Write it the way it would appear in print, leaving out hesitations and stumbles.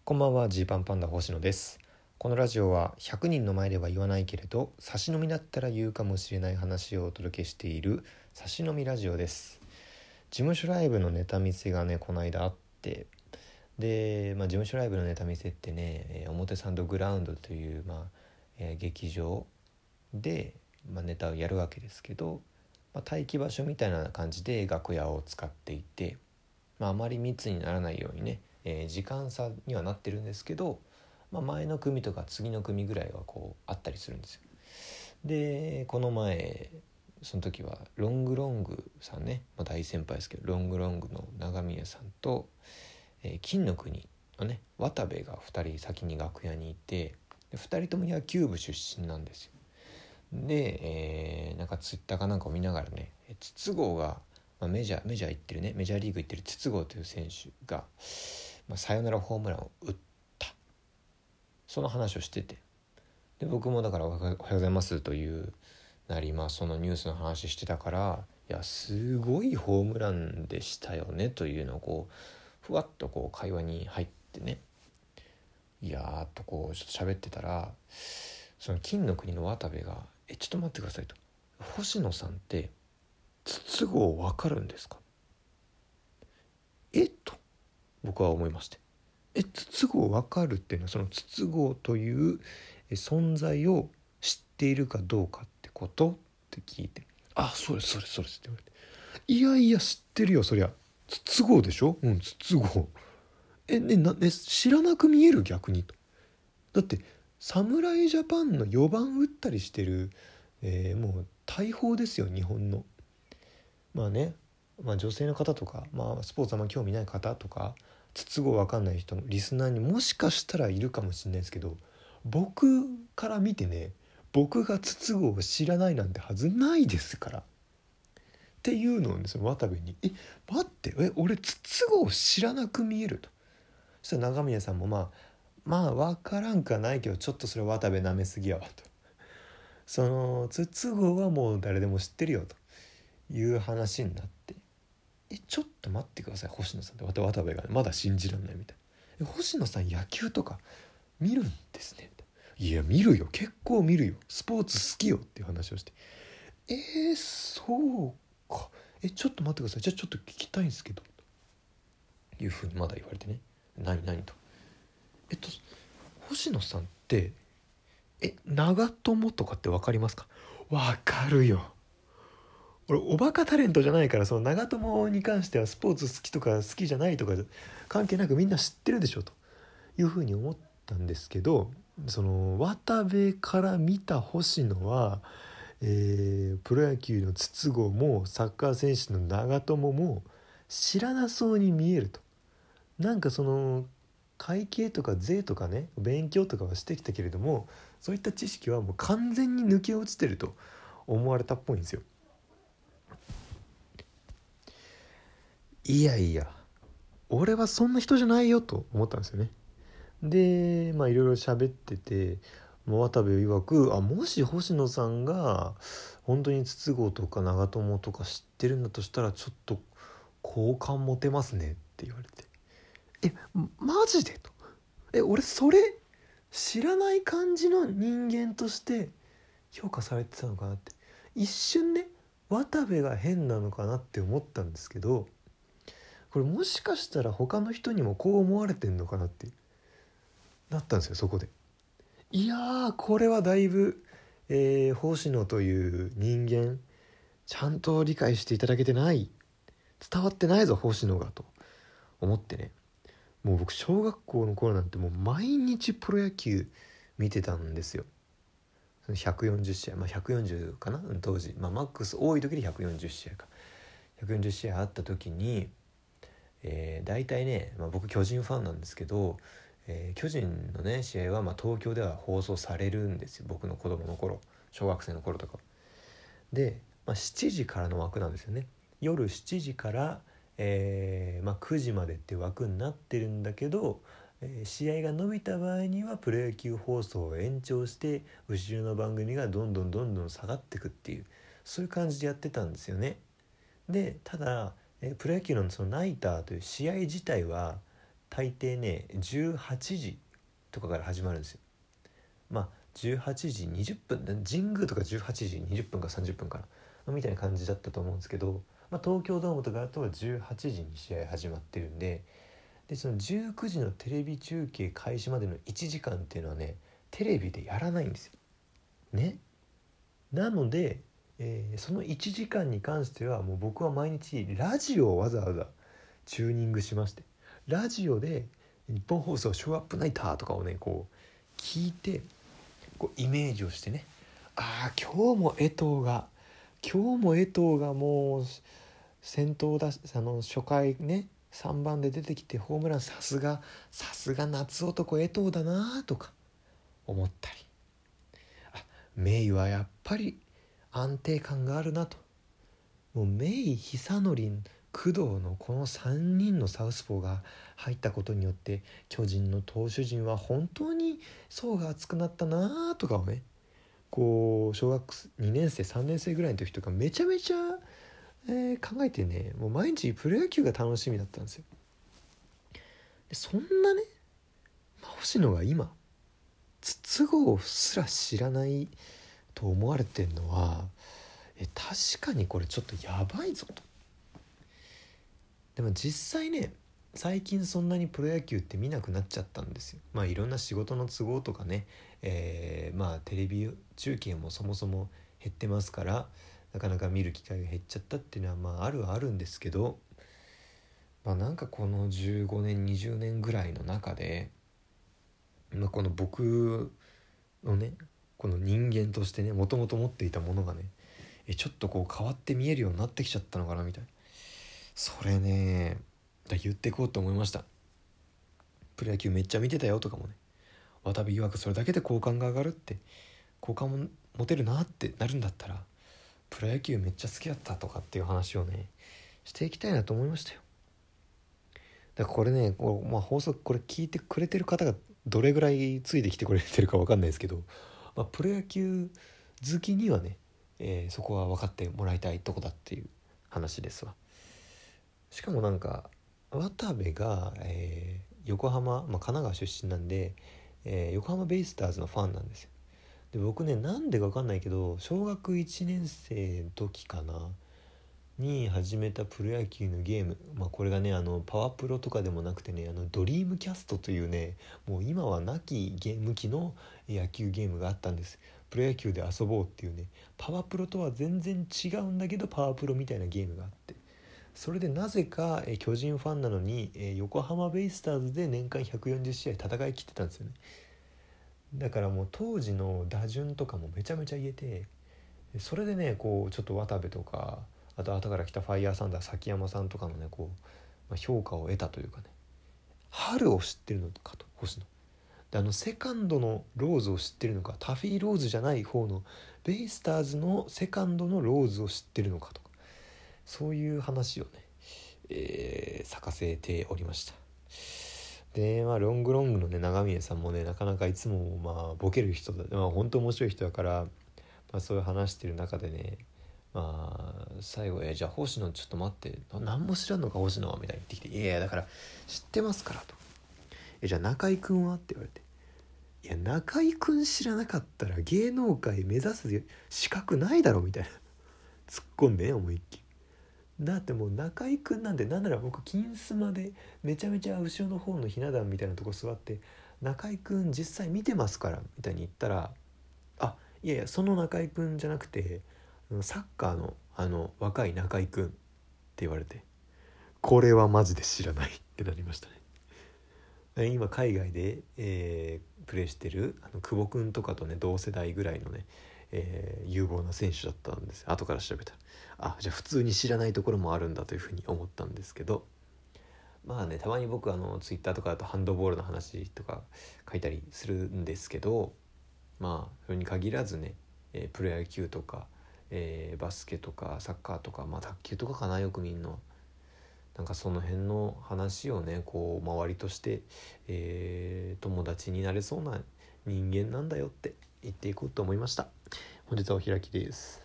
こんばんは、ジーパンパンダ星野です。このラジオは100人の前では言わないけれど差し飲みだったら言うかもしれない話をお届けしている差し飲みラジオです。事務所ライブのネタ見せがねこの間あって、で、事務所ライブのネタ見せってね、表参道グラウンドという、劇場で、ネタをやるわけですけど、待機場所みたいな感じで楽屋を使っていて、あまり密にならないようにね、時間差にはなってるんですけど、前の組とか次の組ぐらいはこうあったりするんですよ。でこの前その時はロングさんね、大先輩ですけどロングの長宮さんと、金の国のね渡部が2人先に楽屋にいて、で2人とも野球部出身なんですよ。で、なんかツイッターかなんかを見ながらね、筒香が、メジャー行ってるね、メジャーリーグ行ってる筒香という選手が、サヨナラホームランを打った、その話をしてて、で僕もだからおはようございますというなり、そのニュースの話してたから、いやすごいホームランでしたよねというのをこうふわっとこう会話に入ってね、いやーっとこうちょっと喋ってたら、その金の国の渡部がちょっと待ってくださいと、星野さんって筒香分かるんですかと僕は思いまして、筒香分かるっていうのはその筒香という存在を知っているかどうかってことって聞いて、そうですって言われて、いや知ってるよ、そりゃ筒香でしょ、筒香知らなく見える、逆にと。だって侍ジャパンの4番打ったりしてる、もう大砲ですよ、日本の。女性の方とか、スポーツあんま興味ない方とか、筒香分かんない人のリスナーにもしかしたらいるかもしれないですけど、僕から見てね、僕が筒香を知らないなんてはずないですからっていうのをね、その渡部に待って俺筒香を知らなく見えると。そしたら長宮さんも分からんかないけど、ちょっとそれ渡部舐めすぎやわと、その筒香はもう誰でも知ってるよという話になって、ちょっと待ってください星野さんって渡部が、まだ信じられないみたいな、星野さん野球とか見るんですねみたいな、いや見るよ、結構見るよ、スポーツ好きよっていう話をして、そうか、ちょっと待ってください、じゃあちょっと聞きたいんですけどというふうにまだ言われてね、何と、星野さんって長友とかって分かりますか？分かるよ、俺おバカタレントじゃないから、その長友に関してはスポーツ好きとか好きじゃないとか関係なくみんな知ってるでしょというふうに思ったんですけど、その渡部から見た星野は、プロ野球の筒香もサッカー選手の長友も知らなそうに見えると。なんかその会計とか税とかね、勉強とかはしてきたけれども、そういった知識はもう完全に抜け落ちてると思われたっぽいんですよ。いや俺はそんな人じゃないよと思ったんですよね。でいろいろ喋ってて、渡部曰く、もし星野さんが本当に筒香とか長友とか知ってるんだとしたら、ちょっと好感持てますねって言われて、マジでと、俺それ知らない感じの人間として評価されてたのかなって、一瞬ね渡部が変なのかなって思ったんですけど、これもしかしたら他の人にもこう思われてんのかなってなったんですよ、そこで。いやーこれはだいぶ、星野という人間ちゃんと理解していただけてない、伝わってないぞ星野がと思ってね、もう僕小学校の頃なんてもう毎日プロ野球見てたんですよ。140試合、140かな当時、マックス多い時で140試合か、140試合あった時に、大体ね、僕巨人ファンなんですけど、巨人のね試合は東京では放送されるんですよ、僕の子供の頃、小学生の頃とかで、7時からの枠なんですよね。夜7時から、9時までって枠になってるんだけど、試合が伸びた場合にはプロ野球放送を延長して後ろの番組がどんどん下がっていくっていう、そういう感じでやってたんですよね。でただプロ野球のそのナイターという試合自体は大抵ね18時とかから始まるんですよ。まあ18時20分、神宮とか18時20分か30分かなみたいな感じだったと思うんですけど、東京ドームとかだと18時に試合始まってるんで、その19時のテレビ中継開始までの1時間っていうのはねテレビでやらないんですよね。なので、その1時間に関してはもう僕は毎日ラジオをわざわざチューニングしまして、ラジオで日本放送ショーアップナイターとかをねこう聞いて、こうイメージをしてね、今日も江藤がもう先頭だ、初回ね3番で出てきてホームラン、さすが夏男江藤だなとか思ったり、メイはやっぱり安定感があるなと、もうメイ、久典、工藤のこの3人のサウスポーが入ったことによって巨人の投手陣は本当に層が厚くなったなとかをね、こう小学2年生3年生ぐらいの時とかめちゃめちゃ、考えてね、もう毎日プロ野球が楽しみだったんですよ。でそんなね、星野が今筒香すら知らないと思われてんのは、確かにこれちょっとやばいぞと。でも実際ね、最近そんなにプロ野球って見なくなっちゃったんですよ。いろんな仕事の都合とかね、テレビ中継もそもそも減ってますから、なかなか見る機会が減っちゃったっていうのはあるはあるんですけど、なんかこの15年20年ぐらいの中で、この僕のねこの人間としてねもともと持っていたものがねちょっとこう変わって見えるようになってきちゃったのかなみたいな、それね言ってこうと思いました。プロ野球めっちゃ見てたよとかもね、渡部曰くそれだけで好感が上がるって、好感も持てるなってなるんだったらプロ野球めっちゃ好きだったとかっていう話をねしていきたいなと思いましたよ。だからこれね放送これ聞いてくれてる方がどれぐらいついてきてくれてるか分かんないですけど、プロ野球好きにはね、そこは分かってもらいたいとこだっていう話ですわ。しかもなんか渡部が、横浜、神奈川出身なんで、横浜ベイスターズのファンなんですよ。で僕ねなんでか分かんないけど小学1年生の時かなに始めたプロ野球のゲーム、これがねパワープロとかでもなくてねドリームキャストというねもう今はなきゲーム機の野球ゲームがあったんです。プロ野球で遊ぼうっていうね、パワープロとは全然違うんだけどパワープロみたいなゲームがあって、それでなぜか巨人ファンなのに横浜ベイスターズで年間140試合戦い切ってたんですよね。だからもう当時の打順とかもめちゃめちゃ言えて、それでねこうちょっと渡部とかあと後から来たファイヤーサンダー崎山さんとかのねこう、評価を得たというかね、春を知ってるのかと星野で、セカンドのローズを知ってるのか、タフィーローズじゃない方のベイスターズのセカンドのローズを知ってるのかとか、そういう話をね、咲かせておりました。でロングのね長峰さんもねなかなかいつもボケる人だ、本当面白い人だから、そういう話してる中でね最後じゃあ星野ちょっと待って何も知らんのか星野はみたいに言ってきて、いやだから知ってますからと、じゃあ中居君はって言われて、いや中居君知らなかったら芸能界目指す資格ないだろみたいな突っ込んで思いっきり、だってもう中居君なんなら僕金スマでめちゃめちゃ後ろの方のひな壇みたいなとこ座って中居君実際見てますからみたいに言ったら、いやその中居君じゃなくてサッカーの若い中居君って言われて、これはマジで知らないってなりましたね。今海外で、プレーしてる久保君とかとね同世代ぐらいのね、有望な選手だったんです。後から調べたらじゃあ普通に知らないところもあるんだというふうに思ったんですけど、たまに僕ツイッターとかだとハンドボールの話とか書いたりするんですけど、それに限らずね、プロ野球とか、バスケとかサッカーとか、卓球とかかなよく見んの、なんかその辺の話をねこう周りとして、友達になれそうな人間なんだよって言っていこうと思いました。本日はお開きです。